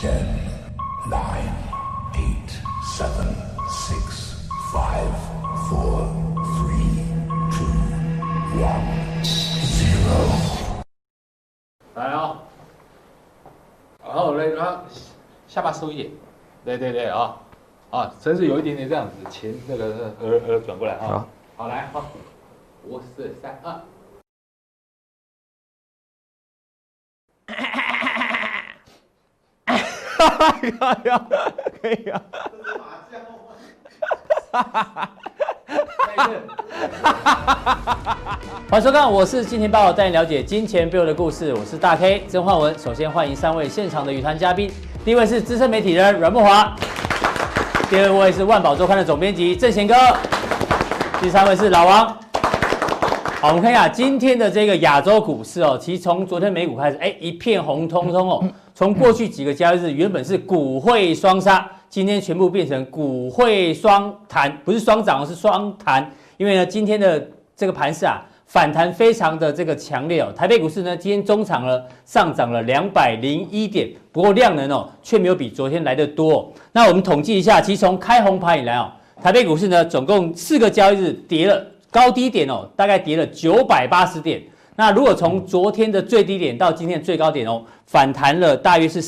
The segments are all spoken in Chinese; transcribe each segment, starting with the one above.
10, 9, 8, 7, 6, 5, 4, 3, 2, 1, 0。 来哦，然后来，下巴收一点，对啊，身子有一点点这样子，前那个耳转过来啊，好来好，5、4、3、2。可以啊，这是麻将。 欢迎收看，我是金钱豹，带你了解金钱背后的故事。我是大 K 曾焕文。首先欢迎3位现场的语坛嘉宾，第一位是资深媒体人阮慕骅，第二位是万宝周刊的总编辑郑贤哥，第3位是老王。好，我们看一下今天的这个亚洲股市哦，其实从昨天美股开始，一片红彤彤哦。从过去几个交易日原本是股汇双杀，今天全部变成股汇双弹，不是双涨，是双弹。因为呢，今天的这个盘势啊，反弹非常的这个强烈哦。台北股市呢，今天中场呢上涨了201点，不过量能哦却没有比昨天来得多哦。那我们统计一下，其实从开红盘以来哦，台北股市呢总共4个交易日跌了高低点哦，大概跌了980点。那如果从昨天的最低点到今天的最高点哦，反弹了大约是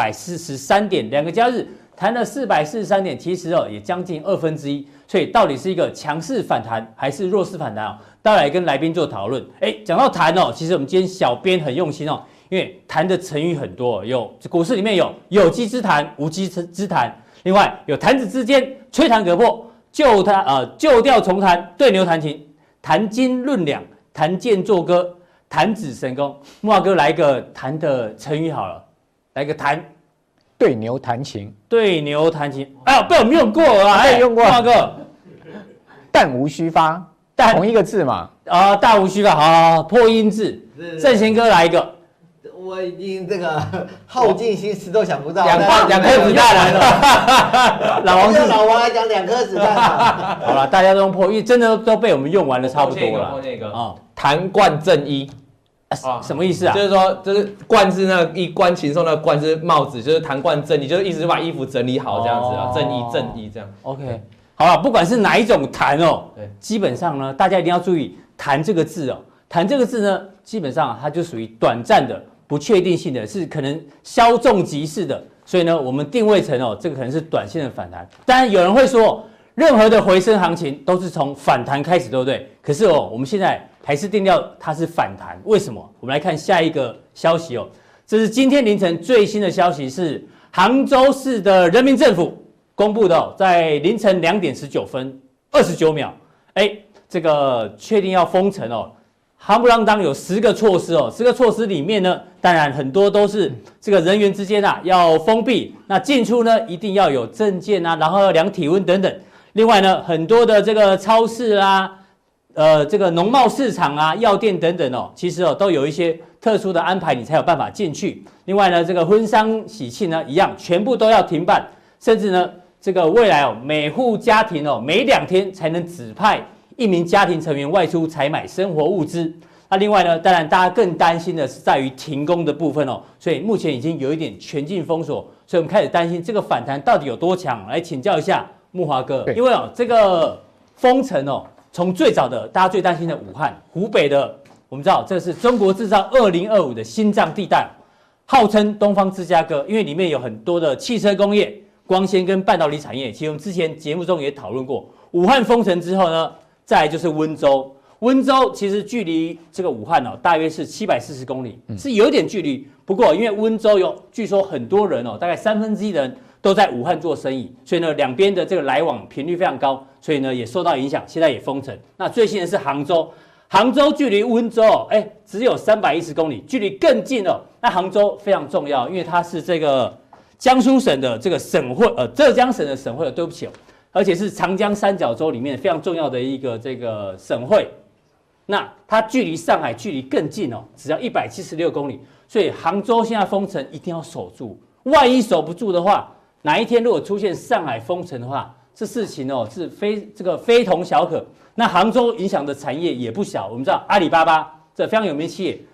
443点，2个交易日弹了443点，其实哦也将近1/2，所以到底是一个强势反弹还是弱势反弹哦？待会来跟来宾做讨论。讲到弹哦，其实我们今天小编很用心哦，因为弹的成语很多，有股市里面有机之谈、无机之谈，另外有弹指之间、吹弹可破、旧调重弹、对牛弹琴、谈金论两、弹剑作歌、弹指神功。慕骅哥来一个弹的成语好了，来个弹。 对牛弹琴， 对牛弹琴，被我们用过啊， 用过。 慕骅哥， 弹无虚发，同一个字嘛。 大无虚发，好，破音字。正贤哥来一个。 我已经这个耗尽心思都想不到， 两颗子弹来了。老王还讲2颗子弹。 好了，大家都用破，因为真的都被我们用完了差不多了。 弹冠正衣。 什么意思啊？ 就是说，就是冠是那个冠禽兽，那个冠是帽子，就是弹冠正衣，就是意思是把衣服整理好这样子啊，正衣这样。 OK， 好了，不管是哪一种弹哦，基本上呢，大家一定要注意弹这个字哦。弹这个字呢，基本上它就属于短暂的、不确定性的，是可能稍纵即逝的。所以呢，我们定位成这个可能是短线的反弹。当然有人会说，任何的回升行情都是从反弹开始，对不对？可是我们现在还是定调它是反弹，为什么？我们来看下一个消息哦，这是今天凌晨最新的消息，是杭州市的人民政府公布的在凌晨2点19分29秒，这个确定要封城哦，夯不啷当有10个措施哦，10个措施里面呢，当然很多都是这个人员之间要封闭，那进出呢一定要有证件然后要量体温等等。另外呢，很多的这个超市这个农贸市场药店等等其实都有一些特殊的安排，你才有办法进去。另外呢，这个婚丧喜庆呢一样，全部都要停办，甚至呢，这个未来每户家庭每2天才能指派1名家庭成员外出采买生活物资。那另外呢，当然大家更担心的是在于停工的部分所以目前已经有一点全境封锁，所以我们开始担心这个反弹到底有多强。来请教一下慕骅哥，因为这个封城从最早的大家最担心的武汉、湖北的，我们知道这是中国制造2025的心脏地带，号称东方芝加哥，因为里面有很多的汽车工业、光纤跟半导体产业。其实我们之前节目中也讨论过，武汉封城之后呢，再来就是温州。温州其实距离这个武汉大约是740公里，是有点距离。不过因为温州据说很多人大概1/3的人都在武汉做生意，所以呢两边的这个来往频率非常高，所以呢也受到影响，现在也封城。那最新的是杭州，杭州距离温州只有310公里，距离更近了。那杭州非常重要，因为它是这个江苏省的这个省会，浙江省的省会，对不起而且是长江三角洲里面非常重要的一个这个省会。那它距离上海距离更近只要176公里，所以杭州现在封城一定要守住，万一守不住的话，哪一天如果出现上海封城的话，这事情是非同小可。那杭州影响的产业也不小，我们知道阿里巴巴这非常有名的企业，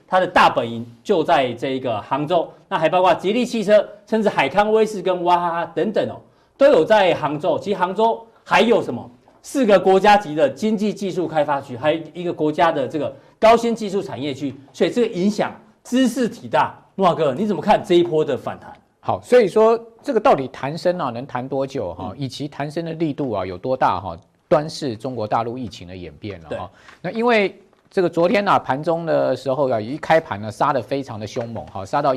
它的大本营就在这个杭州，那还包括吉利汽车，甚至海康威视跟娃哈哈等等哦，都有在杭州。其实杭州还有什么4个国家级的经济技术开发区，还有一个国家的这个高新技术产业区，所以这个影响知识体大。木华哥，你怎么看这一波的反弹？ 好，所以说这个到底弹升啊，能弹多久哈？以及弹升的力度啊有多大哈？端视中国大陆疫情的演变了哈。那因为这个昨天呢、盘中的时候啊，一开盘呢杀得非常的凶猛，哈，杀到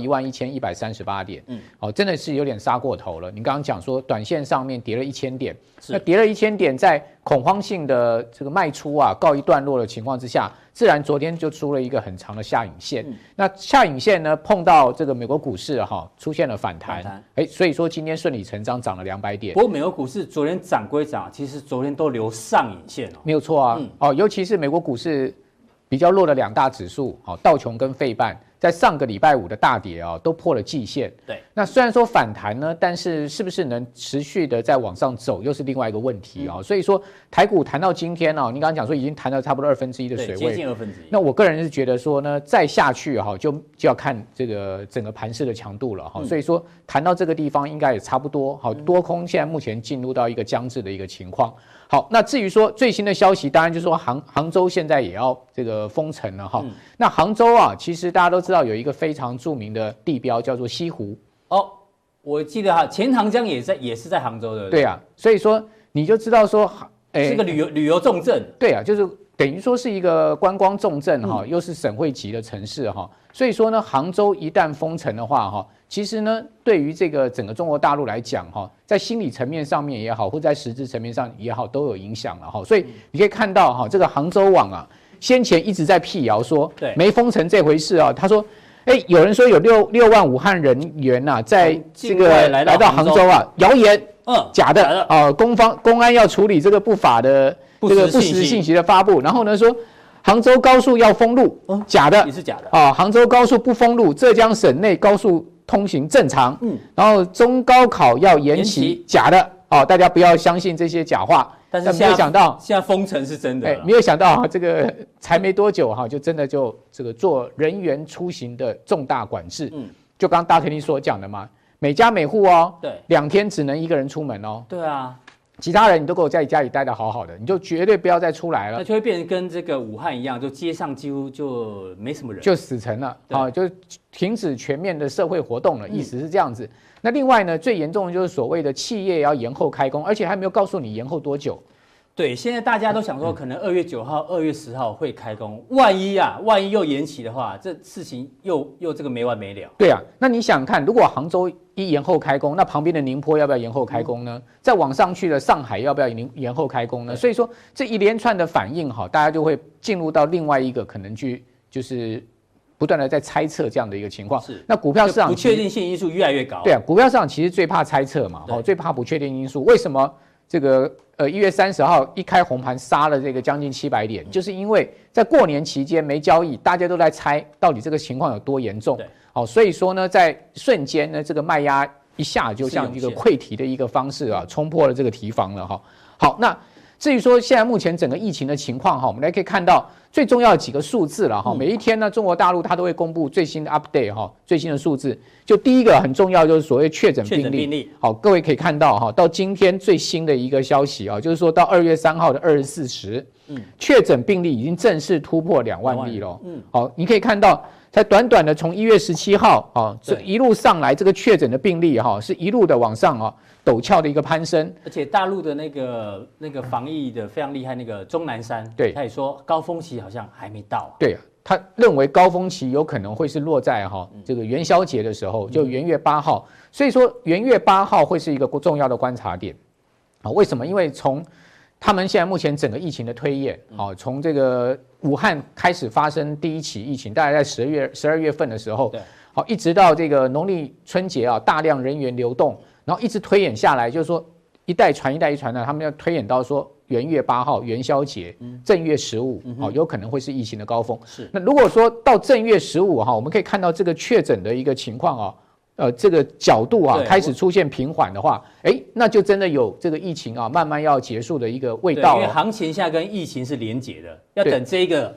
11138点，真的是有点杀过头了。你刚刚讲说短线上面跌了1000点，那跌了1000点，在恐慌性的这个卖出啊告一段落的情况之下，自然昨天就出了一个很长的下影线。那下影线呢碰到这个美国股市哈出现了反弹，所以说今天顺理成章涨了200点。 不过美国股市昨天涨归涨，其实昨天都留上影线哦， 没有错啊，尤其是美国股市比较弱的2大指数，道琼跟费半，在上个礼拜五的大跌啊，都破了季线。 对， 那虽然说反弹呢，但是是不是能持续的再往上走，又是另外一个问题啊。所以说台股谈到今天啊，你刚刚讲说已经谈到差不多1/2的水位， 接近1/2。 那我个人是觉得说呢，再下去哈，就要看这个整个盘势的强度了哈。所以说谈到这个地方，应该也差不多。好，多空现在目前进入到一个僵滞的一个情况。好，那至于说最新的消息，当然就是说杭州现在也要这个封城了哈。那杭州啊，其实大家都知道有一个非常著名的地标叫做西湖。 哦，我记得哈，钱塘江也是在杭州的。 对啊，所以说你就知道说， 是个旅游重镇。 对啊，就是等于说是一个观光重镇哈，又是省会级的城市哈。所以说呢，杭州一旦封城的话哈，其实呢，对于这个整个中国大陆来讲哈，在心理层面上面也好，或在实质层面上也好，都有影响了哈。所以你可以看到哈，这个杭州网啊，先前一直在辟谣说没封城这回事啊。他说，有人说有6万武汉人员呐，在这个来到杭州啊，谣言，假的啊，公安要处理这个不法的这个不实信息的发布，然后呢说。杭州高速要封路，假的， 也是假的啊！杭州高速不封路，浙江省内高速通行正常。然后中高考要延期，假的啊！大家不要相信这些假话。 但没有想到，现在封城是真的。 没有想到这个才没多久就真的就这个做人员出行的重大管制。就刚大天你所讲的嘛，每家每户哦，对，2天只能1个人出门哦。 对啊。 其他人你都给我在家里待得好好的，你就绝对不要再出来了。 那就会变成跟这个武汉一样，就街上几乎就没什么人， 就死城了啊，就停止全面的社会活动了，意思是这样子。那另外呢，最严重的就是所谓的企业要延后开工，而且还没有告诉你延后多久。 对，现在大家都想说，可能2月9号、2月10号会开工，万一又延期的话，这事情又这个没完没了。 对啊，那你想看，如果杭州一延后开工，那旁边的宁波要不要延后开工呢？再往上去的上海要不要延后开工呢？所以说这一连串的反应哈，大家就会进入到另外一个可能就是不断的在猜测这样的一个情况。是，那股票市场不确定性因素越来越高。 对啊，股票市场其实最怕猜测嘛，最怕不确定因素。为什么这个1月30号一开红盘杀了这个将近700点，就是因为在过年期间没交易，大家都在猜到底这个情况有多严重。好，所以说呢，在瞬间呢，这个卖压一下就像一个溃堤的一个方式啊，冲破了这个堤防了哈。好，那至于说现在目前整个疫情的情况哈，我们来可以看到最重要的几个数字了哈。每一天呢，中国大陆它都会公布最新的 update 哈，最新的数字。就第一个很重要就是所谓确诊病例。好，各位可以看到哈，到今天最新的一个消息啊，就是说到2月3号的24时，确诊病例已经正式突破2万例了。好，你可以看到。才短短的从1月17号啊，这一路上来，这个确诊的病例哈，是一路的往上啊，陡峭的一个攀升。 而且大陆的那个防疫的非常厉害，那个钟南山，对，他也说高峰期好像还没到。 对啊，他认为高峰期有可能会是落在这个元宵节的时候，就元月8号。所以说元月8号会是一个重要的观察点啊。为什么？因为从他们现在目前整个疫情的推演，从这个武汉开始发生第一起疫情，大概在12月份的时候，好，一直到这个农历春节啊，大量人员流动，然后一直推演下来，就是说一代传一代一传呢，他们要推演到说元月8号元宵节，正月15，有可能会是疫情的高峰。是，那如果说到正月15哈，我们可以看到这个确诊的一个情况啊。这个角度啊开始出现平缓的话，那就真的有这个疫情啊慢慢要结束的一个味道。 因为行情现在跟疫情是连结的，要等这个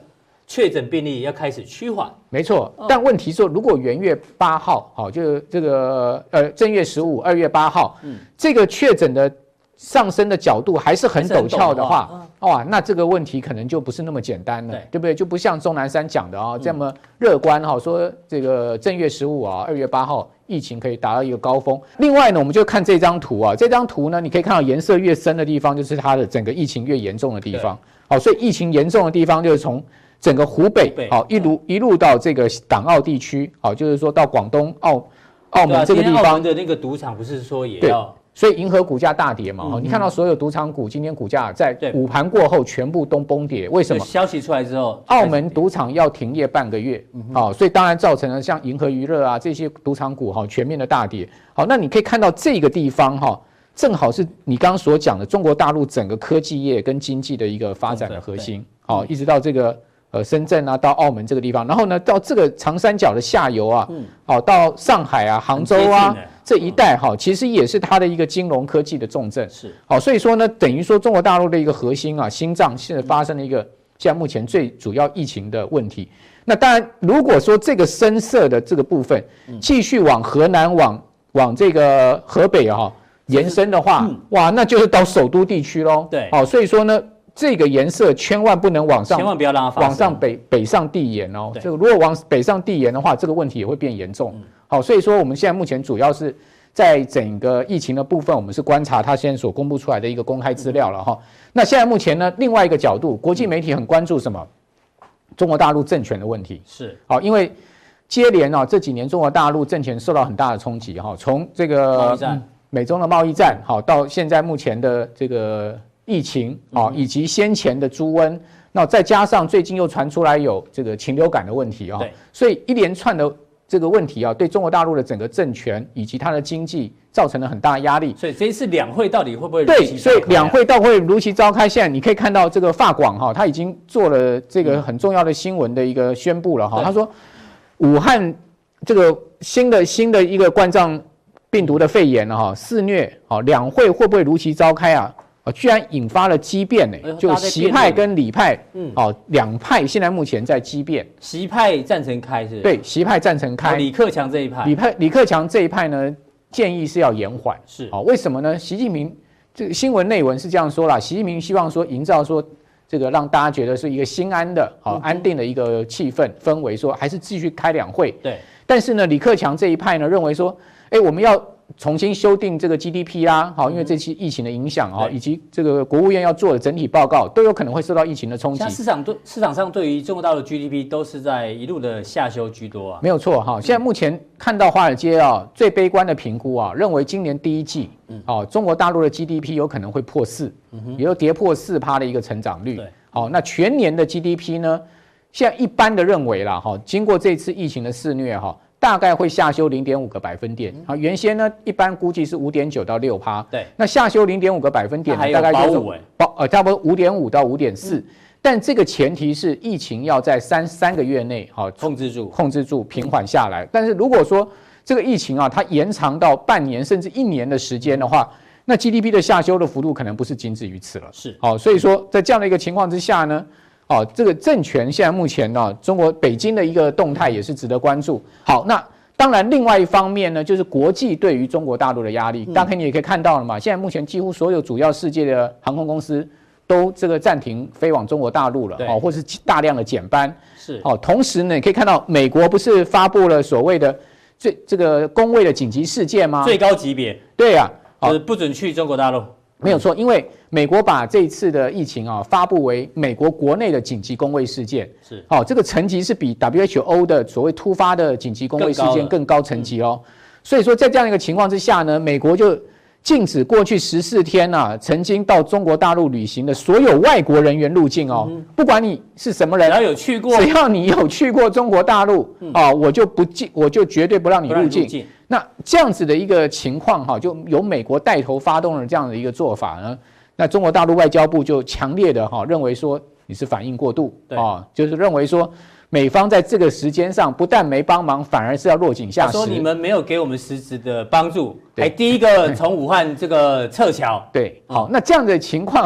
确诊病例要开始趋缓。 没错，但问题说，如果元月8号，好，就这个正月15、2月8号，这个确诊的上升的角度还是很陡峭的话，哇，那这个问题可能就不是那么简单了，对不对？就不像钟南山讲的这么乐观哈，说这个正月15啊、2月8号疫情可以达到一个高峰。另外呢，我们就看这张图啊，这张图呢，你可以看到颜色越深的地方，就是它的整个疫情越严重的地方。好，所以疫情严重的地方就是从整个湖北好一路到这个港澳地区，好，就是说到广东、澳门这个地方。 澳门的那个赌场不是说也要？ 所以银河股价大跌嘛，你看到所有赌场股今天股价在午盘过后全部都崩跌，为什么？ 消息出来之后， 澳门赌场要停业半个月，所以当然造成了像银河娱乐啊这些赌场股全面的大跌。好，那你可以看到这个地方正好是你刚刚所讲的中国大陆整个科技业跟经济的一个发展的核心，好，一直到这个深圳啊，到澳门这个地方，然后呢，到这个长三角的下游啊，好，到上海啊、杭州啊这一带其实也是它的一个金融科技的重镇，是好，所以说呢，等于说中国大陆的一个核心啊，心脏现在发生了一个现在目前最主要疫情的问题。那当然，如果说这个深色的这个部分继续往河南往这个河北延伸的话，哇，那就是到首都地区喽。对，好，所以说呢，这个颜色千万不能往上， 千万不要让它往上北上递延哦。这个如果往北上递延的话，这个问题也会变严重。好，所以说我们现在目前主要是在整个疫情的部分，我们是观察它现在所公布出来的一个公开资料了哈。那现在目前呢，另外一个角度，国际媒体很关注什么？中国大陆政权的问题是好，因为接连这几年中国大陆政权受到很大的冲击哈，从这个美中的贸易战好到现在目前的这个疫情以及先前的猪瘟，那再加上最近又传出来有这个禽流感的问题所以一连串的这个问题对中国大陆的整个政权以及它的经济造成了很大的压力。 所以这一次两会到底会不会对？所以两会到会如期召开。现在你可以看到这个法广它已经做了这个很重要的新闻的一个宣布了他说武汉这个新的一个冠状病毒的肺炎肆虐两会会不会如期召开啊？居然引发了激辩呢，就习派跟李派，两派现在目前在激辩。 习派赞成开是？ 对，习派赞成开。 李克强这一派， 李克强这一派呢，建议是要延缓。是，为什么呢？习近平这个新闻内文是这样说啦，习近平希望说营造说这个让大家觉得是一个心安的、安定的一个气氛氛围，说还是继续开两会。对，但是呢，李克强这一派呢认为说，我们要重新修订这个 GDP 啦，因为这期疫情的影响以及这个国务院要做的整体报告都有可能会受到疫情的冲击。市场上对于中国大陆 GDP 都是在一路的下修居多啊。 没有错现在目前看到华尔街最悲观的评估认为今年第一季中国大陆的 GDP 有可能会破4，也就跌破4%的一个成长率。那全年的 GDP 呢，现在一般的认为啦经过这次疫情的肆虐大概会下修0.5个百分点原先呢一般估计是5.9到6%，对，那下修0.5个百分点大概就是差不多5.5到5.4，但这个前提是疫情要在3个月内控制住平缓下来。但是如果说这个疫情它延长到半年甚至1年的时间的话，那 GDP 的下修的幅度可能不是仅止于此了。是所以说在这样的一个情况之下呢，这个政权现在目前中国北京的一个动态也是值得关注。好，那当然另外一方面呢，就是国际对于中国大陆的压力。大概你也可以看到了嘛，现在目前几乎所有主要世界的航空公司都这个暂停飞往中国大陆了，或是大量的减班。是同时呢，你可以看到美国不是发布了所谓的这个公卫的紧急事件吗？ 最高级别。对啊，就是不准去中国大陆。 没有错，因为美国把这一次的疫情发布为美国国内的紧急公卫事件，是这个层级是比 WHO 的所谓突发的紧急公卫事件更高层级哦。所以说在这样一个情况之下呢，美国就禁止过去14天曾经到中国大陆旅行的所有外国人员入境哦，不管你是什么人，只要你有去过中国大陆我就绝对不让你入境。那这样子的一个情况就由美国带头发动了这样的一个做法呢，那中国大陆外交部就强烈的认为说你是反应过度就是认为说美方在这个时间上不但没帮忙，反而是要落井下石。 他说你们没有给我们实质的帮助，还第一个从武汉这个撤侨。 对，好，那这样的情况，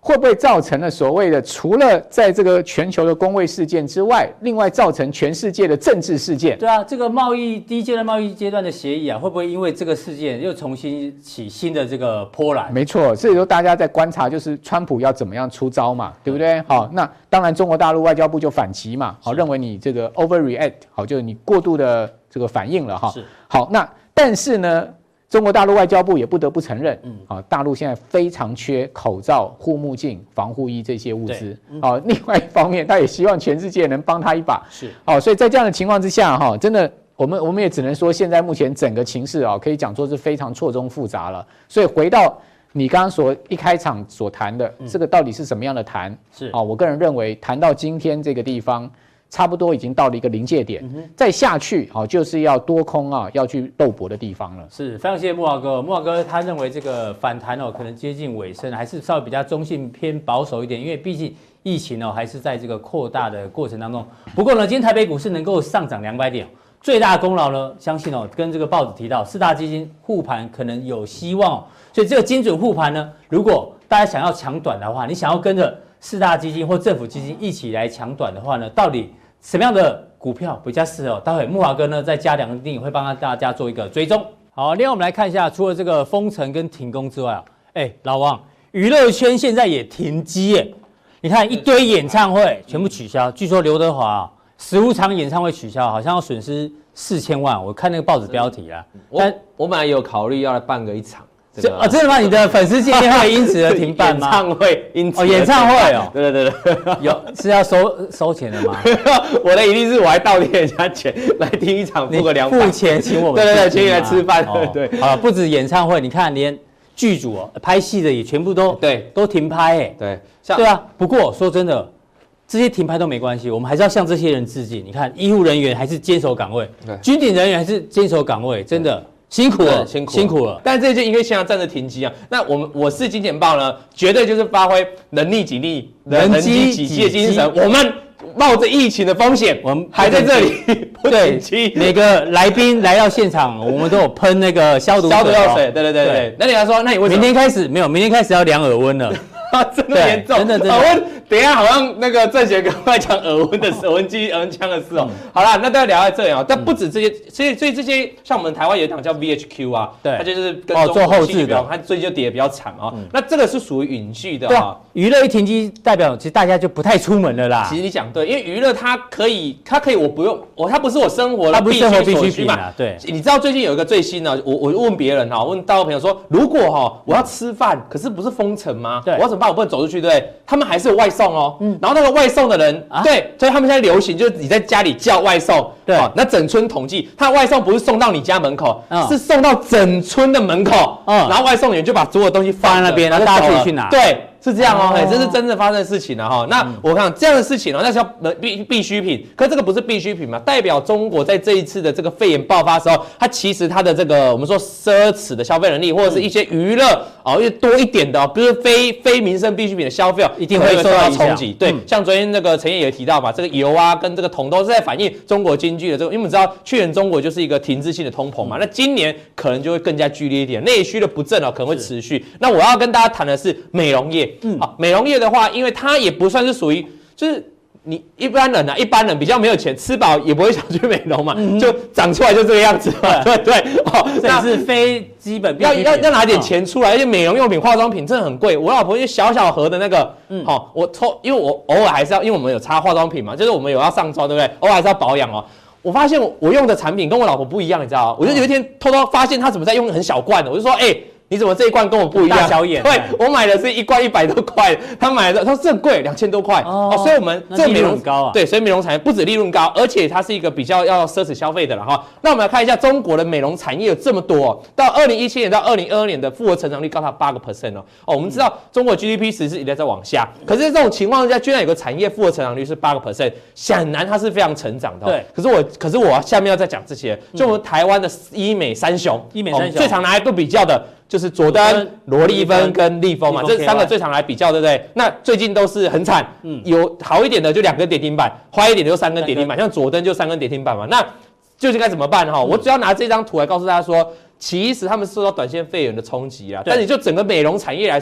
会不会造成了所谓的除了在这个全球的公卫事件之外，另外造成全世界的政治事件？ 对啊，这个第一阶段贸易阶段的协议啊，会不会因为这个事件又重新起新的这个波澜？ 没错，这时候大家在观察，就是川普要怎么样出招嘛，对不对？好，那当然中国大陆外交部就反击嘛，好，认为你这个 overreact， 好，就是你过度的这个反应了哈。 是。好， 那但是呢？中国大陆外交部也不得不承认，大陆现在非常缺口罩、护目镜、防护衣这些物资，另外一方面，他也希望全世界能帮他一把， 是， 所以在这样的情况之下，真的，我们也只能说，现在目前整个情势可以讲说是非常错综复杂了。所以回到你刚刚一开场所谈的，这个到底是什么样的谈？ 是， 我个人认为，谈到今天这个地方。差不多已经到了一个临界点，再下去就是要多空要去斗搏的地方了。 是，非常谢谢木华哥。木华哥他认为这个反弹可能接近尾声，还是稍微比较中性偏保守一点，因为毕竟疫情还是在这个扩大的过程当中。不过呢，今天台北股市能够上涨200点，最大的功劳呢，相信跟这个报纸提到四大基金护盘可能有希望，所以这个精准护盘呢，如果大家想要抢短的话，你想要跟着四大基金或政府基金一起来抢短的话呢，到底什么样的股票比较适合？待会木华哥呢再加两个定，会帮大家做一个追踪。好，另外我们来看一下，除了这个封城跟停工之外老王，娱乐圈现在也停机耶！你看一堆演唱会全部取消，据说刘德华15场演唱会取消，好像要损失4000万。我看那个报纸标题啊， 我本来有考虑要来办个一场。 真的吗？你的粉丝见面会因此而停办吗？ 演唱会因此演唱会对， 是要收钱的吗？ 我的一定是我还倒贴人家钱来听一场，付个200， 付钱请我们， 对，请你来吃饭，对。 好，不止演唱会，你看连剧组拍戏的也全部都停拍对啊。不过说真的，这些停拍都没关系，我们还是要向这些人致敬。你看医护人员还是坚守岗位，军警人员还是坚守岗位，真的。辛苦了， 但这就因为现在暂时停机那我是金钱豹呢，绝对就是发挥人力己力、人机己机的精神。我们冒着疫情的风险，我们还在这里不停机。 每个来宾来到现场，我们都有喷那个消毒药水。对。那你还说，那你为什么？ 明天开始没有？明天开始要量耳温了。 真的严重，真的。耳温，等一下好像那个郑学哥在讲耳温枪的事好啦，那大家聊在这里但不止这些，所以这些像我们台湾有一档叫 VHQ 对， 它就是跟中做后置的， 它最近就跌得比较惨那这个是属于允续的娱乐一停机，代表其实大家就不太出门了啦。 其实你讲对，因为娱乐它可以，我不用它不是我生活的必须品嘛。对， 你知道最近有一个最新的，我问别人问大陆朋友说，如果我要吃饭，可是不是封城吗？ 对， 我要怎么办？我不能走出去，对不对？他们还是有外送然后那个外送的人，对，所以他们现在流行就是你在家里叫外送， 对， 那整村统计，他的外送不是送到你家门口，是送到整村的门口，然后外送员就把所有东西放在那边， 然后大家自己去拿， 对。是这样这是真正发生的事情了那我看这样的事情那是要必需品，可这个不是必需品嘛？代表中国在这一次的这个肺炎爆发的时候，它其实它的这个我们说奢侈的消费能力，或者是一些娱乐越多一点的，比如非民生必需品的消费一定会受到冲击。 对，像昨天那个陈晔也提到嘛，这个油跟这个铜都是在反映中国经济的这个，因为我们知道去年中国就是一个停滞性的通膨嘛，那今年可能就会更加剧烈一点，内需的不振可能会持续。那我要跟大家谈的是美容业，美容业的话，因为它也不算是属于，就是你一般人比较没有钱，吃饱也不会想去美容嘛，就长出来就这个样子嘛，对， 这是非基本必需品， 要拿点钱出来，而且美容用品、化妆品真的很贵。我老婆就小盒的那个，因为我偶尔还是要，因为我们有擦化妆品嘛，就是我们有要上妆，对不对？偶尔还是要保养我发现我用的产品跟我老婆不一样，你知道吗？我就有一天偷偷发现她怎么在用很小罐的，我就说，你怎么这一罐跟我不一样？ 大小眼， 对，我买的是一罐100多块，他买的他说这很贵，2000多块所以我们这利润很高对，所以美容产业不止利润高，而且它是一个比较要奢侈消费的了那我们来看一下中国的美容产业有这么多到2017年到2022年的复合成长率高达8%我们知道中国 GDP 实是一直在往下，可是在这种情况下，居然有个产业复合成长率是8%，显然它是非常成长的对， 可是我下面要再讲这些，就我们台湾的医美三雄，最常拿来做比较的。就是佐丹、罗丽芬跟丽风嘛，这3个最常来比较，对不对？那最近都是很惨，有好一点的就2根跌停板，坏一点的就3根跌停板，像佐登就3根跌停板嘛。那究竟该怎么办我只要拿这张图来告诉大家说，其实他们受到短线肺炎的冲击但是就整个美容产业来说，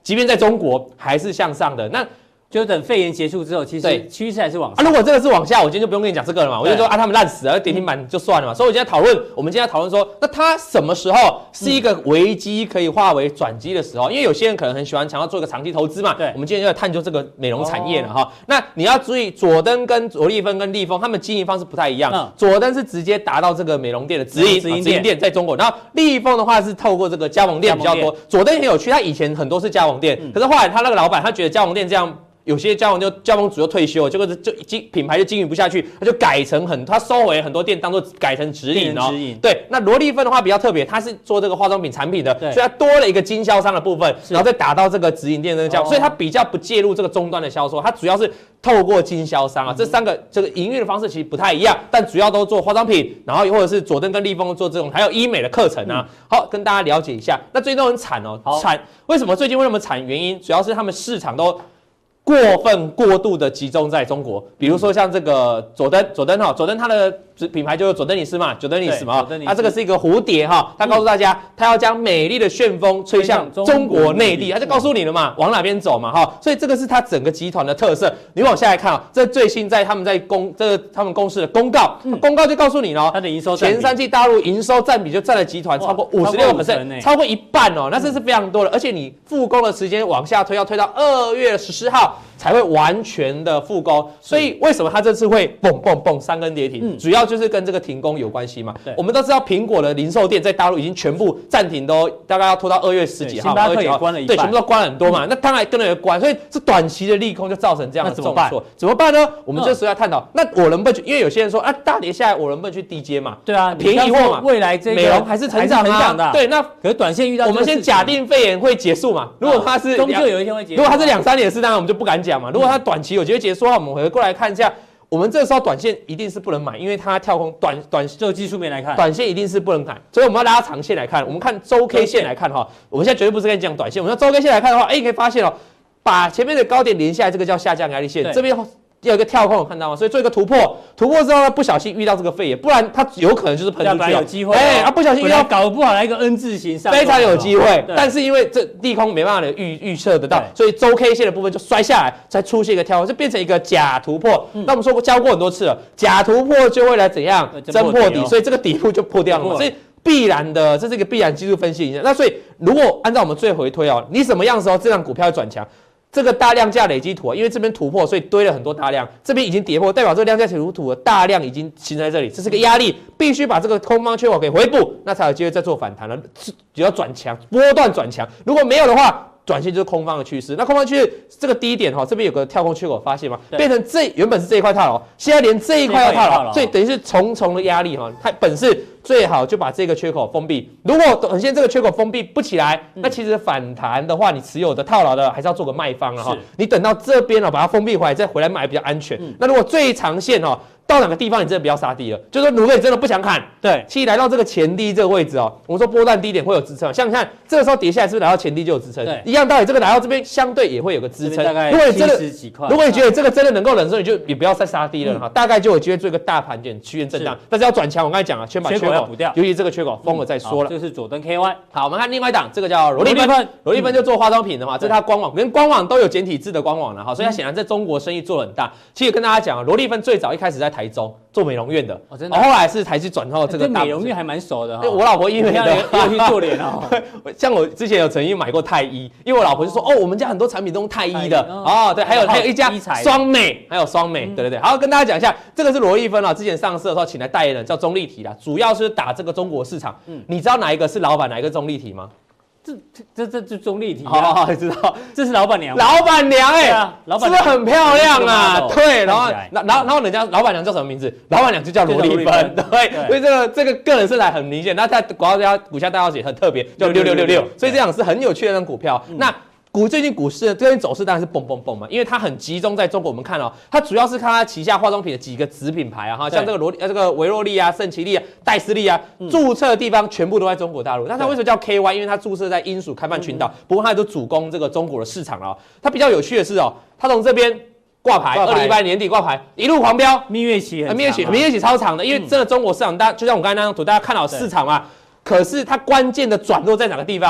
即便在中国还是向上的。那就等肺炎结束之后，其实趋势还是往上。 如果这个是往下，我今天就不用跟你讲这个了嘛，我就说他们烂死了，跌停板就算了嘛。所以我们今天讨论说，那它什么时候是一个危机可以化为转机的时候？因为有些人可能很喜欢想要做一个长期投资嘛。对，我们今天就要探究这个美容产业了哈。那你要注意，佐登跟罗丽芬跟立丰他们经营方式不太一样。佐登是直接达到这个美容店的直营店在中国，然后立丰的话是透过这个加盟店比较多。佐登很有趣，他以前很多是加盟店，可是后来他那个老板他觉得加盟店这样。有些加盟主又退休，结果就品牌就经营不下去，他就改成他收回很多店，当做改成直营哦。对，那罗丽芬的话比较特别，他是做这个化妆品产品的，所以他多了一个经销商的部分，然后再打到这个直营店的所以他比较不介入这个终端的销售，他主要是透过经销商啊，这三个这个营运的方式其实不太一样，但主要都做化妆品，然后或者是佐登跟立丰做这种，还有医美的课程啊。好，跟大家了解一下。那最近都很惨哦，为什么最近为什么惨？原因主要是他们市场都过度的集中在中国，比如说像这个佐登它的品牌就是佐登尼斯嘛，它这个是一个蝴蝶哈，它告诉大家，它要将美丽的旋风吹向中国内地，它就告诉你了嘛，往哪边走嘛哈，所以这个是它整个集团的特色。你往下来看啊，这最新他们公司的公告，公告就告诉你了，它的营收前3季大陆营收占比就占了集团超过56%，超过一半哦，那这是非常多的，而且你复工的时间往下推，要推到2月14号。才会完全的复工，所以为什么它这次会蹦3根跌停？主要就是跟这个停工有关系嘛。我们都知道苹果的零售店在大陆已经全部暂停，都大概要拖到2月10几号，2月9号，对，全部都关了很多嘛。那当然跟着也关，所以这短期的利空就造成这样的重挫。怎么办呢？我们这时候要探讨，那我能不能去？因为有些人说啊，大跌下来我能不能去低接嘛？对啊，便宜货嘛，未来这个美容还是成长的。对，那可是短线遇到我们先假定肺炎会结束嘛。如果它是终究有一天会结束，如果它是2-3年的事，当然我们就不敢讲嘛。如果它短期有机会结束的话，我们回过来看一下，我们这时候短线一定是不能买，因为它跳空短就技术面来看，短线一定是不能买，所以我们要拉长线来看。我们看周 K 线来看哈，我们现在绝对不是跟你讲短线，我们要周 K 线来看的话，你可以发现哦，把前面的高点连下来，这个叫下降压力线，这边有一个跳空，有看到吗？所以做一个突破之后呢，不小心遇到这个肺炎，不然它有可能就是喷出去了，有机会。不小心遇到，搞不好来一个 N 字形上，非常有机会。但是因为这利空没办法预测得到，所以周 K 线的部分就摔下来，才出现一个跳空，就变成一个假突破。那我们教过很多次了，假突破就会来怎样真破底，所以这个底部就破掉了嘛。所以必然的，这是一个必然技术分析影响。那所以如果按照我们最回推哦，你什么样的时候这张股票会转强？这个大量价累积图，因为这边突破，所以堆了很多大量，这边已经跌破，代表这个量价图的大量已经形成在这里，这是个压力，必须把这个空方缺口给回补，那才有机会再做反弹了，只要转强，波段转强，如果没有的话，短线就是空方的趋势。那空方趋势这个低点哈，这边有个跳空缺口，发现吗？变成原本是这一块套牢，现在连这一块要套牢，所以等于是重重的压力哈。它本是最好就把这个缺口封闭。如果短线这个缺口封闭不起来，那其实反弹的话，你持有的套牢的还是要做个卖方了哈。你等到这边了，把它封闭回来再回来买比较安全。那如果最长线哦，到哪个地方你真的不要杀低了，就是说如果你真的不想砍，对，其实来到这个前低这个位置哦，我们说波段低点会有支撑，像你看这个时候跌下来是不是来到前低就有支撑？对，一样道理，这个来到这边相对也会有个支撑。如果你真的，如果你觉得这个真的能够忍受，你就也不要再杀低了哈，大概就有机会做一个大盘点区间震荡，但是要转强，我刚才讲了，先把缺口要补掉，尤其这个缺口封了再说了。这是佐登 KY。好，我们看另外一档，这个叫罗丽芬，罗丽芬就做化妆品的嘛，这是它官网，连官网都有简体字的官网了哈，所以它显然在中国生意做得很大。其实跟大家讲，罗丽芬最早一开始在台中做美容院的，真的，后来是才去转到这个大美容院，还蛮熟的哈。我老婆医美的，要去做脸哦。像我之前有曾经买过泰医，因为我老婆就说哦，我们家很多产品都用泰医的哦，对，还有一家双美，还有双美，对对对。好，跟大家讲一下，这个是罗丽芬啊，之前上市的时候请来代言人叫钟丽缇啦，主要是打这个中国市场。你知道哪一个是老板，哪一个钟丽缇吗？这钟丽缇，好，知道，这是老板娘，老板娘老板是不是很漂亮啊？对，然后人家老板娘叫什么名字？老板娘就叫罗丽芬，对，所以这个个人色彩很明显。那它股价代号写很特别，叫6666，所以这样是很有趣的那张股票。那最近股市最近走势当然是蹦嘛，因为它很集中在中国。我们看哦，它主要是看它旗下化妆品的几个子品牌啊，哈，像这个维若丽啊、圣祺丽啊、黛丝丽啊，注册的地方全部都在中国大陆。那它为什么叫 KY？ 因为它注册在英属开曼群岛，不过它都主攻这个中国的市场了。它比较有趣的是哦，它从这边挂牌，2018年底挂牌，一路狂飙，蜜月期超长的，因为真的中国市场，就像我刚才那张图，大家看到市场嘛。可是它关键的转弱在哪个地方？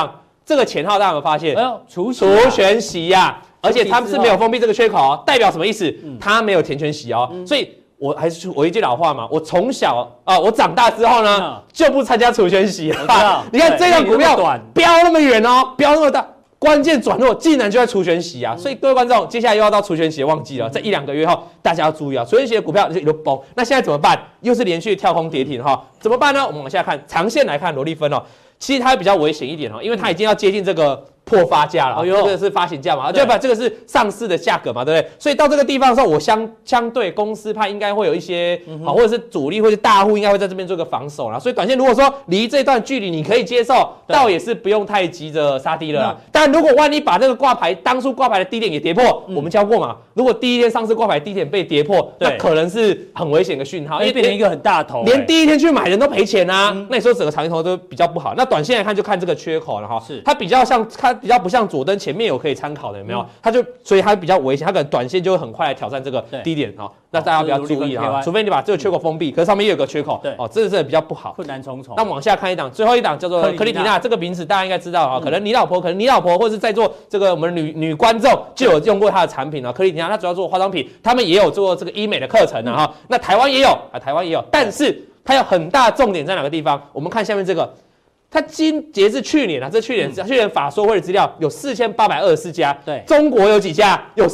这个前号大家有没有发现？ 除权息呀，而且他们是没有封闭这个缺口哦，代表什么意思？它没有填权息哦，所以。我一句老话嘛，我从小我长大之后呢，就不参加除权息了。你看这张股票飙那么远哦，飙那么大，关键转弱竟然就在除权息啊！所以各位观众，接下来又要到除权息的旺季了，在1-2个月后，大家要注意啊，除权息的股票就一路崩。那现在怎么办？又是连续跳空跌停哈，怎么办呢？我们往下看，长线来看，罗丽芬哦，其实它比较危险一点哦，因为它已经要接近这个。破发价了，这个是发行价嘛，对吧？这个是上市的价格嘛，对不对？所以到这个地方的时候，我相对公司派应该会有一些或者是主力或者大户应该会在这边做个防守啦。所以短线如果说离这段距离你可以接受，倒也是不用太急着杀低了啦。但如果万一把这个当初挂牌的低点也跌破，我们教过嘛，如果第一天上市挂牌低点被跌破，那可能是很危险的讯号， 因为变成一个很大头， 连第一天去买人都赔钱啊。那你说整个长线头都比较不好。那短线来看就看这个缺口了哈，它比较不像佐登前面有可以参考的，有没有？所以它比较危险，它可能短线就会很快来挑战这个低点哈。那大家不要注意啊，除非你把这个缺口封闭，可是上面又有个缺口，这是比较不好， 困难重重。 那往下看一档，最后一档叫做克丽缇娜，这个名字大家应该知道啊，可能你老婆，或者是在座这个我们女观众就有用过它的产品啊。克丽缇娜它主要做化妆品，他们也有做这个医美的课程啊哈。那台湾也有，但是它有很大重点在哪个地方？我们看下面这个。它截至去年啊，去年法说会的资料有4824家，对，中国有几家？有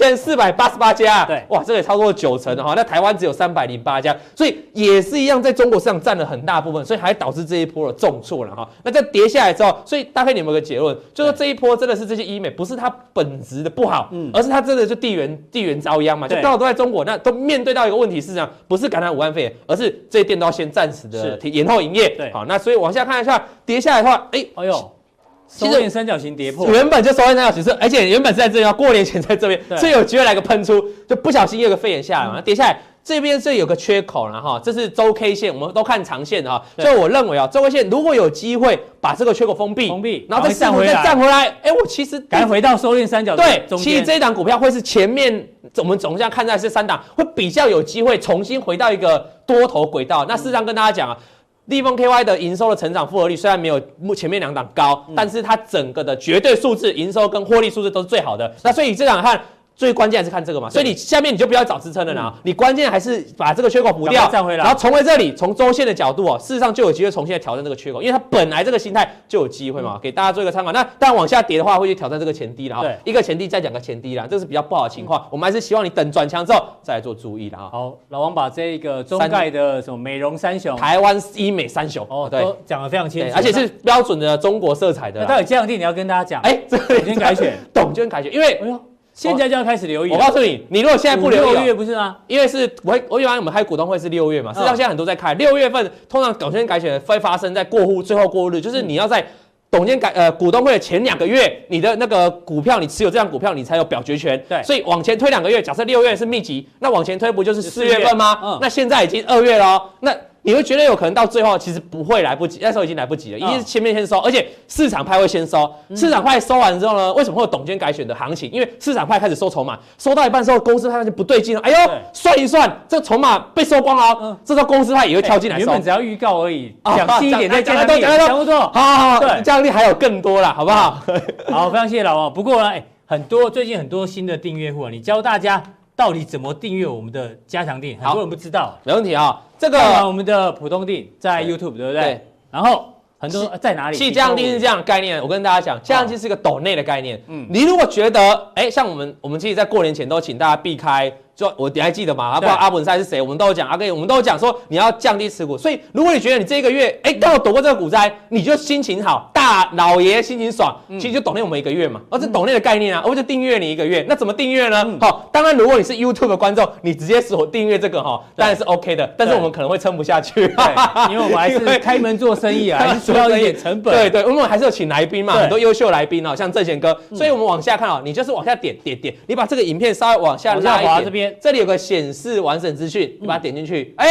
4488家，对，哇，这个也超过90%哈。那台湾只有308家，所以也是一样，在中国市场占了很大部分，所以还导致这一波的重挫了哈。那在跌下来之后，所以大概你有没有个结论？就说这一波真的是这些医美不是它本质的不好，而是它真的就地缘遭殃嘛，就刚好都在中国，那都面对到一个问题是这样，不是感染武汉肺炎，而是这些店都要先暂时的延后营业，对，好，那所以往下看一下。跌下来的话， 收敛三角形跌破， 原本就收敛三角形，而且原本是在这边，过年前在这边，所以有机会来个喷出，就不小心有个肺炎下来嘛，跌下来。这边是有个缺口了哈，这是周 K 线，我们都看长线的哈，所以我认为周 K 线如果有机会把这个缺口封闭，然后再站回来，我其实赶回到收敛三角形对，其实这一档股票会是前面我们总这样看待是3档，会比较有机会重新回到一个多头轨道。那事实上跟大家讲啊。立丰 KY 的营收的成长复合率虽然没有前面2档高，但是它整个的绝对数字营收跟获利数字都是最好的。那所以这档看最关键还是看这个嘛，所以你下面你就不要找支撑了啦，你关键还是把这个缺口补掉，然后重回这里，从周线的角度事实上就有机会重新来挑战这个缺口，因为它本来这个形态就有机会嘛，给大家做一个参考。那当然往下跌的话，会去挑战这个前低了哈，一个前低再2个前低啦，这是比较不好的情况，我们还是希望你等转强之后再来做注意的哈。 好，老王把这个中概的什么美容3雄， 台湾医美3雄对，都讲得非常清楚， 而且是标准的中国色彩的。 那到底这样定你要跟大家讲， 这董监改选， 董监改选，因为现在就要开始留意。 我告诉你，你如果现在不留意 ，6月不是吗？ 因为是我一般我们开股东会是6月嘛，事实上现在很多在开6月份，通常董监改选会发生在最后过户日，就是你要在董监股东会的前2个月，你的那个股票你持有这张股票，你才有表决权。对，所以往前推2个月，假设6月是密集，那往前推不就是4月份吗？那现在已经2月了那。你会觉得有可能到最后其实不会来不及，那时候已经来不及了，一定是前面先收，而且市场派会先收。市场派收完之后呢，为什么会有董监改选的行情？因为市场派开始收筹码，收到一半之后，公司派发现不对劲了，哎呦，算一算，这筹码被收光了，这时候公司派也会跳进来收。 原本只要预告而已，讲细一点，再讲得多，讲不多。 好，对，降力还有更多啦，好不好？ 好，非常谢谢老王。不过呢，最近很多新的订阅户，你教大家。到底怎么订阅我们的加强订？很多人不知道， 没问题啊。这个我们的普通订在 YouTube 对不对？对。然后很多在哪里？ 其实加强订是这样的概念，我跟大家讲，加强订是一个抖内的概念。你如果觉得，像我们其实在过年前都请大家避开。就你还记得吗？不知道阿文赛是谁，我们都有讲，我们都有讲说你要降低持股。所以如果你觉得你这个月刚好躲过这个股灾，你就心情好，大老爷心情爽，其实就抖内我们1个月嘛。这抖内的概念啊，我就订阅你1个月。那怎么订阅呢？当然如果你是 YouTube 的观众，你直接订阅这个当然是 OK 的，但是我们可能会撑不下去， 因为我们还是开门做生意啊，还是需要一点成本。 对，我们还是有请来宾嘛，很多优秀来宾像正贤哥。所以我们往下看你就是往下点，你把这个影片稍微往下拉一点，这里有个显示完整资讯，你把它点进去，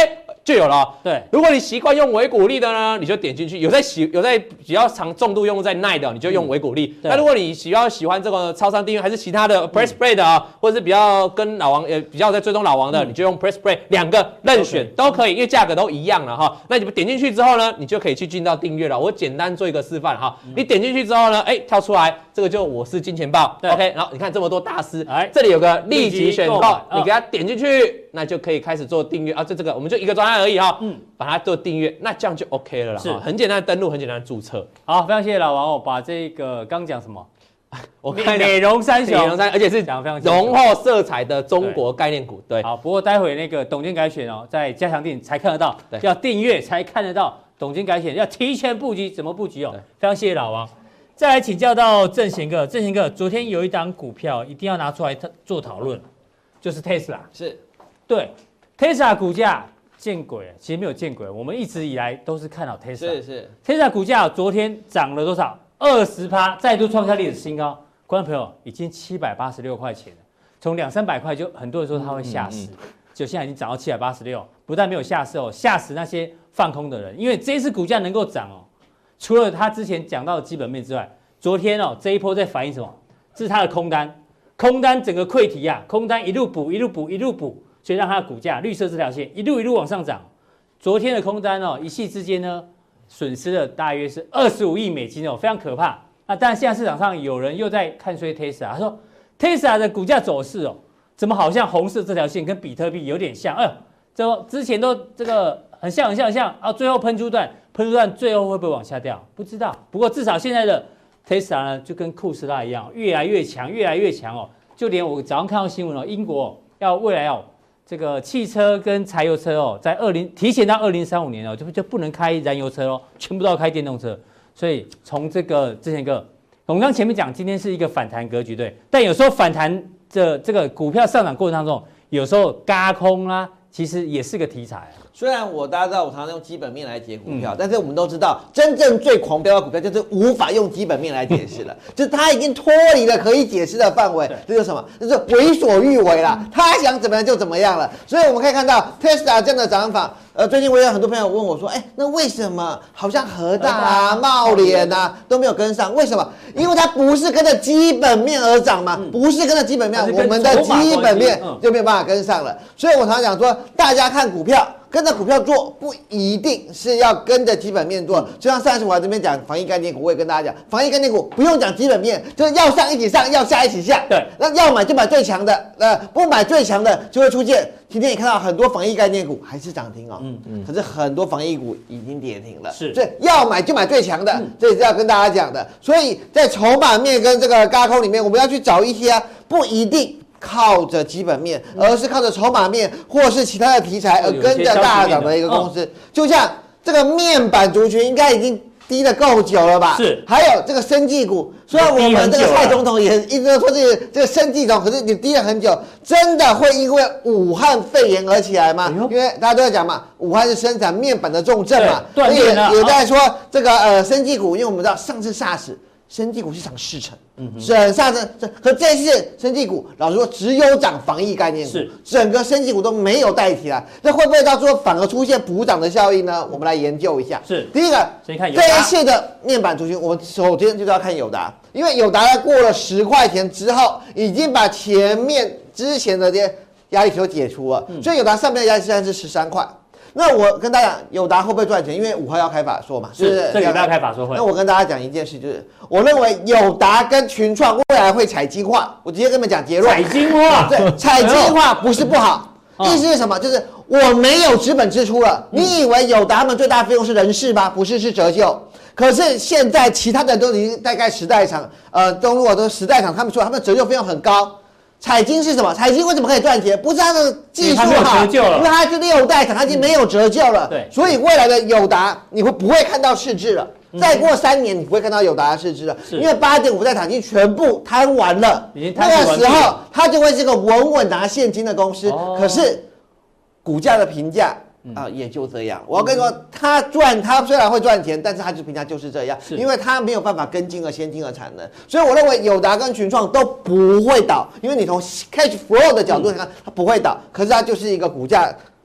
就有了。 对， 如果你习惯用维骨力的呢，你就点进去；有在比较长重度用在耐的，你就用维骨力。那如果你喜欢这个超商订阅还是其他的 Press Play 的啊，或者是比较跟老王比较在追踪老王的，你就用 Press Play， 2个任选都可以，因为价格都一样了哈。那你点进去之后呢，你就可以去进到订阅了。我简单做一个示范哈，你点进去之后呢，跳出来这个就我是金钱豹 ，OK， 然后你看这么多大师，这里有个立即选购，你给它点进去，那就可以开始做订阅啊。这个我们就一个专案而已哈，把它做订阅，那这样就 OK 了啦。是很简单的登录，很简单的注册。 好，非常谢谢老王哦，把这个刚讲什么？ 我看美容三雄， 而且是讲非常浓厚色彩的中国概念股。对， 好，不过待会那个董监改选哦，在加强定才看得到，要订阅才看得到。董监改选要提前布局，怎么布局哦？非常谢谢老王。再来请教到正贤哥，昨天有一档股票一定要拿出来做讨论，就是 Tesla。 是， 对 ，Tesla 股价见鬼了，其实没有见鬼，我们一直以来都是看好 Tesla。 是 ，Tesla 股价昨天涨了多少？20%，再度创下历史新高。观众朋友，已经786块钱了，从200-300块就很多人说它会下市，就现在已经涨到786，不但没有下市哦，吓死那些放空的人，因为这一次股价能够涨哦。除了他之前讲到的基本面之外，昨天哦这一波在反映什么？这是他的空单整个溃堤啊，空单一路补，所以让它的股价绿色这条线一路往上涨。昨天的空单哦，一夕之间呢，损失了大约是25亿美金哦，非常可怕。那但现在市场上有人又在看衰 Tesla， 他说 Tesla 的股价走势哦，怎么好像红色这条线跟比特币有点像？之前都这个很像啊，最后喷出段最后会不会往下掉？不知道。不过至少现在的 Tesla 呢，就跟特斯拉一样，越来越强哦。就连我早上看到新闻哦，英国未来这个汽车跟柴油车哦，提前到2035年哦，就不能开燃油车哦，全部都要开电动车。所以从这个之前我们刚前面讲，今天是一个反弹格局，对。但有时候反弹的这个股票上涨过程当中，有时候轧空啊，其实也是个题材。 虽然大家知道我常常用基本面来解股票，但是我们都知道，真正最狂飙的股票就是无法用基本面来解释了，就是它已经脱离了可以解释的范围，这就是什么？就是为所欲为啦，他想怎么样就怎么样了。所以我们可以看到 Tesla 这样的涨法。最近我有很多朋友问我说，那为什么好像和大啊、茂联啊都没有跟上？为什么？因为它不是跟着基本面而涨嘛，不是跟着基本面，我们的基本面就没有办法跟上了。所以我常常讲说，大家看股票。跟着股票做不一定是要跟着基本面做，就像上次我在这边讲防疫概念股，我也跟大家讲，防疫概念股不用讲基本面，就是要上一起上，要下一起下。对，那要买就买最强的，不买最强的就会出现。今天也看到很多防疫概念股还是涨停哦，可是很多防疫股已经跌停了。是，所以要买就买最强的，这也是要跟大家讲的。所以在筹码面跟这个轧空里面，我们要去找一些不一定靠着基本面，而是靠着筹码面或是其他的题材而跟着大涨的一个公司，就像这个面板族群应该已经低得够久了吧？是，还有这个生技股，虽然我们这个蔡总统也一直都说这个生技股，可是你低了很久，真的会因为武汉肺炎而起来吗？因为大家都在讲嘛，武汉是生产面板的重镇嘛，也在说这个生技股，因为我们知道上次 SARS。生技股是涨40%，是上升。可这次生技股，老实说，只有涨防疫概念股，整个生技股都没有带起来。那会不会到最后反而出现补涨的效应呢？我们来研究一下。是第一个，先看这一次的面板族群，我们首先就是要看友达，因为友达在过了10块钱之后，已经把之前的这些压力球解除了，所以友达上面的压力现在是13块。那我跟大家讲，友达会不会赚钱？因为5号要开法说嘛，是这个要开法说会。 那我跟大家讲一件事，就是我认为友达跟群创未来会采精化。我直接跟你们讲结论。 采精化， 对，采精化不是不好，意思是什么？就是我没有资本支出了。你以为友达他们最大的费用是人事吗？不是，是折旧。可是现在其他的都已经大概10代厂，中路都10代厂，他们说他们折旧费用很高。彩晶是什么？彩晶为什么可以赚钱？不是它的技术好，因为它是6代厂，它已经没有折旧了。对，所以未来的友达你不会看到市值了。再过3年，你不会看到友达的市值了，因为8.5代厂已经全部摊完了。那个时候，它就会是个稳稳拿现金的公司。可是股价的评价。也就这样。我要跟你说，他虽然会赚钱，但是他评价就是这样，因为他没有办法跟进先进的产能，所以我认为友达跟群创都不会倒，因为你从 cash flow 的角度看，它不会倒，可是它就是一个股价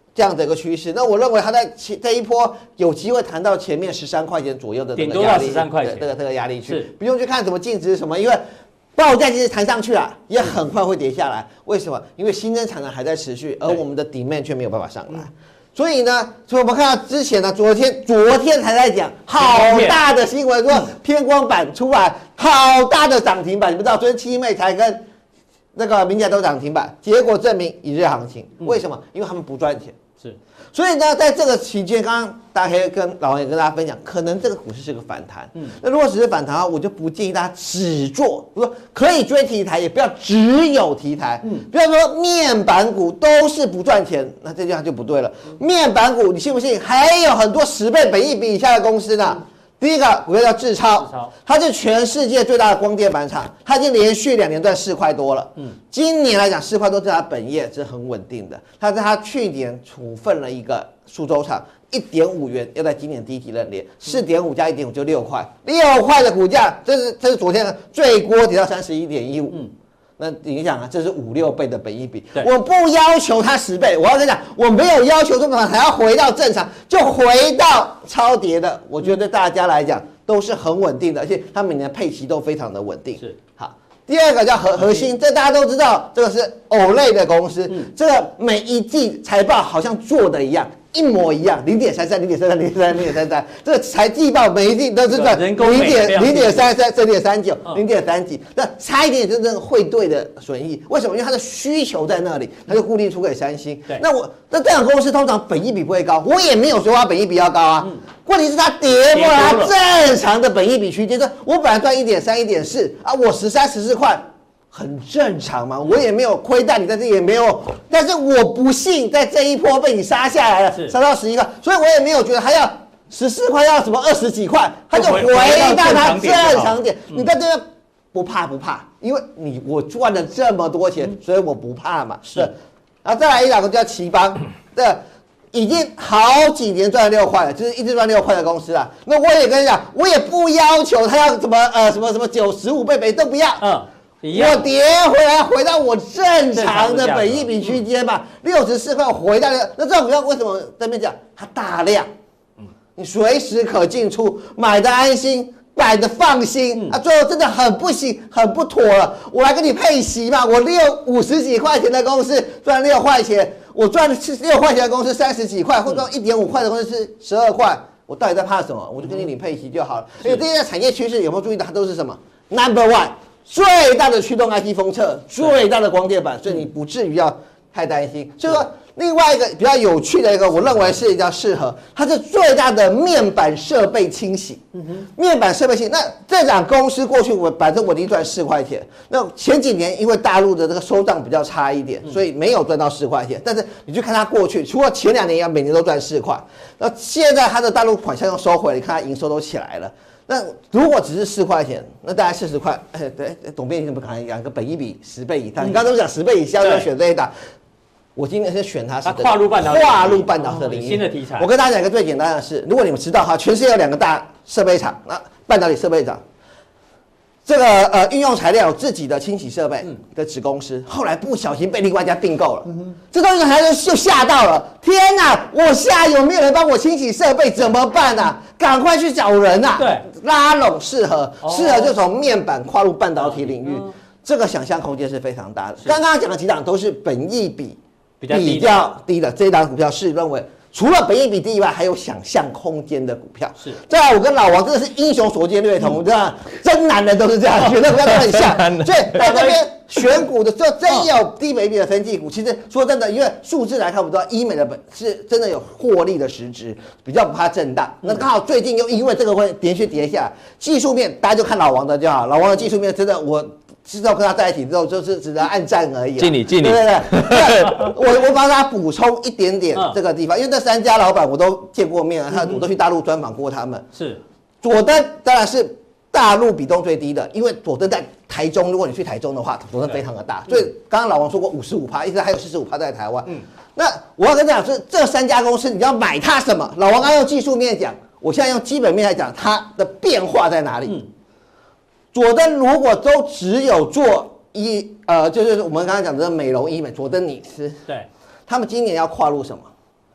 这样的一个趋势。那我认为它在这一波有机会谈到前面13块钱左右的这个压力， 顶多到13块钱这个压力区， 是不用去看什么净值什么，因为报价其实弹上去了，也很快会跌下来。为什么？因为新增产能还在持续，而我们的 demand 却没有办法上来。所以呢，所以我们看到之前呢，昨天还在讲好大的新闻，说偏光板出来，好大的涨停板。你们知道，昨天七妹才跟那个明仔都涨停板，结果证明一日行情。为什么？因为他们不赚钱。 是。 所以呢，在这个期间，刚刚大家可以跟老王也跟大家分享，可能这个股市是个反弹。那如果只是反弹的话，我就不建议大家只做，我说可以追题材，也不要只有题材。不要说面板股都是不赚钱，那这样就不对了。面板股，你信不信？还有很多10倍本益比以下的公司呢。第一个股票叫智超，它是全世界最大的光电板厂，它已经连续2年赚4块多了。今年来讲4块多是它本业是很稳定的。它在它去年处分了一个苏州厂，1.5元，要在今年第一季认列，4.5加1.5就6块，6块的股价，这是昨天最高跌到31.15。那你想啊，这是5、6倍的本益比，我不要求它10倍，我要跟你讲，我没有要求这么还要回到正常，就回到超跌的，我觉得对大家来讲都是很稳定的，而且它每年配息都非常的稳定。是好，第二个叫核心，这大家都知道，这个是偶类的公司，这个每一季财报好像做的一样。一模一样，0.33、0.33、0.33，这个财季报每一季都是赚0.33、0.39、0.3几，那差一点就是这个汇兑的损益。为什么？因为它的需求在那里，它就固定出给三星。那这样公司通常本益比不会高，我也没有说它本益比要高啊。问题是它跌破了它正常的本益比区间，我本来赚1.3、1.4啊，我13、14块。很正常嘛，我也没有亏待你，但是也没有，但是我不幸在这一波被你杀下来了，杀到11块，所以我也没有觉得还要14块要什么20几块，它就回到它正常点。你在这边不怕，因为我赚了这么多钱，所以我不怕嘛。是，然后再来一两个叫奇邦，这已经好几年赚了6块了，就是一直赚6块的公司了。那我也跟你讲，我也不要求它要什么95倍本都不要。我跌回来，回到我正常的本益比区间吧，64块回到那这种股票为什么这边讲它大量？你随时可进出，买的安心，买的放心啊！最后真的很不行，很不妥了。我来跟你配息嘛，我50几块钱的公司赚6块钱，我赚6块钱的公司30几块，或者1.5块的公司是12块，我到底在怕什么？我就跟你领配息就好了。因为这些产业趋势有没有注意到，它都是什么 ？Number one。最大的驱动 IC 封测，最大的光电板，所以你不至于要太担心。所以说，另外一个比较有趣的一个，我认为是比较适合，它是最大的面板设备清洗。面板设备清洗，那这档公司过去反正我已经赚4块钱。那前几年因为大陆的这个收账比较差一点，所以没有赚到4块钱。但是你去看它过去，除了前2年以外，每年都赚4块。那现在它的大陆款项又收回了，你看它营收都起来了。那如果只是4块钱，那大概40块，对，董编辑怎么可能讲个本益比10倍以上？你刚刚都讲10倍以下要选这一档，我今天是选它是跨入半导体的领域新的题材。 我跟大家讲一个最简单的事，如果你们知道哈，全世界有2个大设备厂，那半导体设备厂，这个运用材料有自己的清洗设备的子公司，后来不小心被另外一家并购了，这东西还就吓到了，天哪！我下游没有人帮我清洗设备怎么办啊？赶快去找人啊！对，拉拢适合就从面板跨入半导体领域，这个想象空间是非常大的。刚刚讲的几档都是本益比比较低的，这一档股票是认为除了本益比低以外，还有想象空间的股票。是，再来我跟老王真的是英雄所见略同，这样真男人都是这样，选的股票都很像。所以在这边选股的时候，真有低本益比的生技股。其实说真的，因为数字来看，我们知道医美的是真的有获利的实质，比较不怕震荡。那刚好最近又因为这个会连续跌下来，技术面大家就看老王的就好。老王的技术面真的我。知道跟他在一起之后，就是只能按赞而已。 敬你，对。 我帮他补充一点点这个地方，因为这3家老板我都见过面啊，我都去大陆专访过他们。是，佐登当然是大陆比重最低的，因为佐登在台中，如果你去台中的话，佐登非常的大。所以刚刚老王说过55%，一直还有45%在台湾。那我要跟大家讲，这3家公司你要买它什么？老王刚刚用技术面讲，我现在用基本面来讲，它的变化在哪里？佐登如果都只有做就是我们刚才讲的美容医美，佐登尼斯，对，他们今年要跨入什么？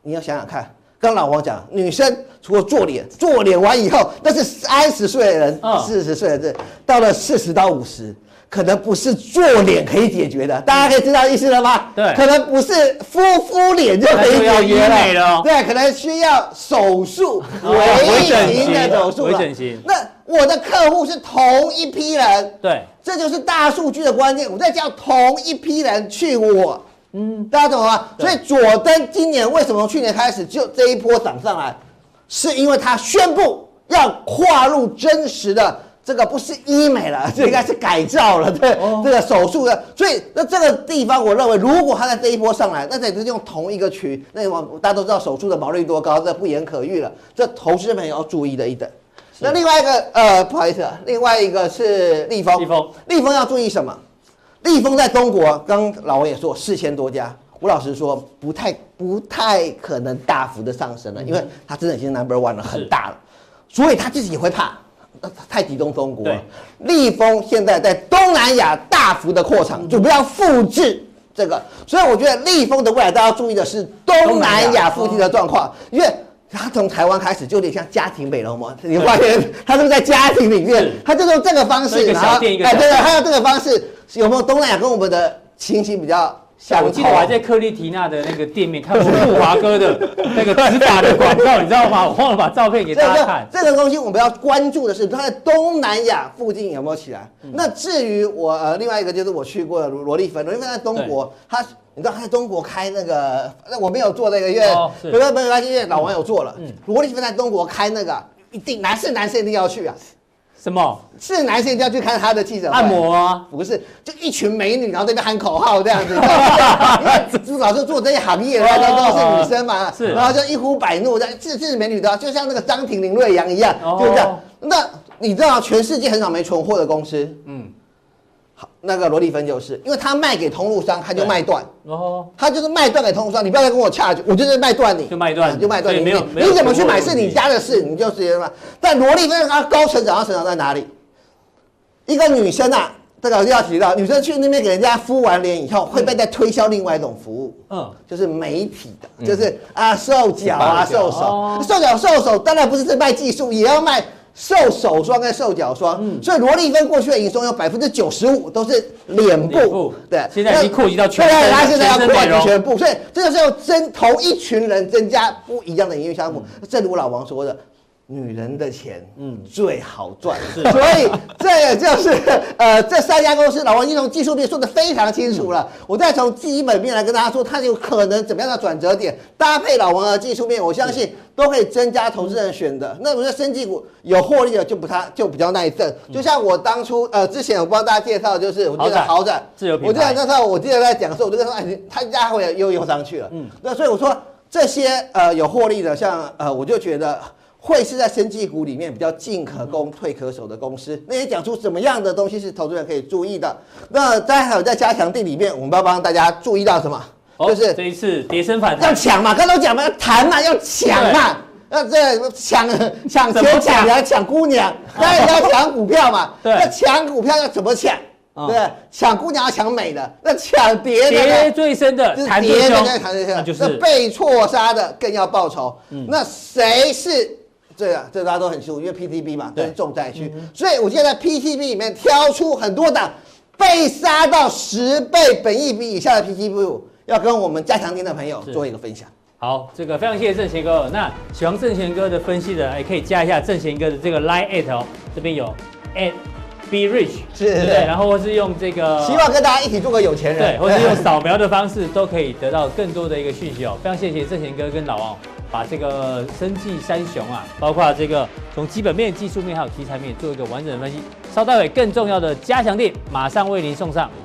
你要想想看，刚老王讲，女生除了做脸完以后，那是30岁的人，40岁的人，到了40到50。可能不是做脸可以解决的，大家可以知道意思了吗？ 对， 可能不是敷脸就可以解决了，对，可能需要手术，微型的手术了。 微整形。 那我的客户是同一批人， 对， 这就是大数据的关键。我在叫同一批人去我，大家懂吗？所以佐登今年为什么从去年开始就这一波涨上来，是因为他宣布要跨入真实的。这个不是医美了，这应该是改造了，对，这个手术的。所以那这个地方，我认为如果它在这一波上来，那这是用同一个区，那大家都知道手术的毛利率多高，这不言可喻了。这投资朋友要注意的一点。那另外一个不好意思，另外一个是立丰，立丰要注意什么？立丰在中国，刚老王也说4000多家，我老实说不太可能大幅的上升了，因为它真的已经 No.1 了，很大了，所以他自己也会怕。太集中中国了。立丰现在在东南亚大幅的扩厂，准备要复制这个，所以我觉得立丰的未来大家要注意的是东南亚附近的状况，因为他从台湾开始就有点像家庭美容嘛，你发现他是不是在家庭里面，他就用这个方式， 然后对， 他用这个方式，有没有东南亚跟我们的情形比较？ 我记得我还在克丽缇娜的那个店面看过富华哥的那个植发的广告，你知道吗？我忘了把照片给大家看。 这个东西我们要关注的是它在东南亚附近有没有起来。那至于我另外一个就是我去过的罗丽芬在东国，你知道他在中国开那个，我没有做那个，因为没关系，因为老王有做了。罗丽芬在中国开那个，一定男生一定要去啊。 什么？ 是男生一定要去看他的记者会。 按摩啊？ 不是，就一群美女，然后在那边喊口号这样子。因为至少是做这些行业的，大家都是女生嘛， 是， 然后就一呼百怒，这美女的，就像那个张庭、林瑞阳一样，就这样。那你知道，全世界很少没存货的公司，好，那个罗丽芬就是，因为他卖给通路商，他就卖断，他就是卖断给通路商，你不要再跟我洽，我就是卖断你， 就卖断你，你怎么去买是你家的事，你就直接卖。但罗丽芬她高成长在哪里？一个女生啊，这个要提到，女生去那边给人家敷完脸以后，会被再推销另外一种服务，就是媒体的，就是瘦脚啊、瘦手，瘦脚瘦手，当然不是卖技术，也要卖。瘦手霜跟瘦脚霜，所以罗丽芬过去的营收有95%都是脸部，对， 现在已经扩及到全身， 他现在要扩及全部，所以这个是要同一群人增加不一样的营运项目。正如老王说的，女人的钱，最好赚，所以这也就是这3家公司，老王已经从技术面说得非常清楚了。我再从基本面来跟大家说，它有可能怎么样的转折点，搭配老王的技术面，我相信都可以增加投资人选的。那我觉得生技股有获利的就比较耐震，就像我当初之前我帮大家介绍，就是我记得豪展，我记得那时候我记得在讲的时候，我就跟他说，他家会又上去了，那所以我说这些有获利的，像我就觉得。会是在生技股里面比较进可攻退可守的公司，那也讲出什么样的东西是投资人可以注意的。那还有在加强定里面，我们要帮大家注意到什么？就是这一次跌升反弹要抢嘛，刚才都讲嘛，要谈嘛，要抢嘛，要这抢钱抢人抢姑娘，当然要抢股票嘛。那抢股票要怎么抢？对，抢姑娘要抢美的，那抢跌的跌最深的就是跌的那就是被错杀的更要报仇。那谁是？这大家都很清楚，因为 PTB 嘛，都是重灾区，所以我现在在 PTB 里面挑出很多档被杀到10倍本益比以下的 PTB， 要跟我们加强店的朋友做一个分享。 好，这个非常谢谢正贤哥。那喜欢正贤哥的分析的，也可以加一下正贤哥的这个 Line@ 哦，这边有 @be rich， 对不对？然后或是用这个， 希望跟大家一起做个有钱人， 对，或是用扫描的方式，都可以得到更多的一个讯息哦。非常谢谢正贤哥跟老王。把这个生技三雄啊，包括这个从基本面、技术面还有题材面做一个完整的分析。稍待会更重要的加强定马上为您送上。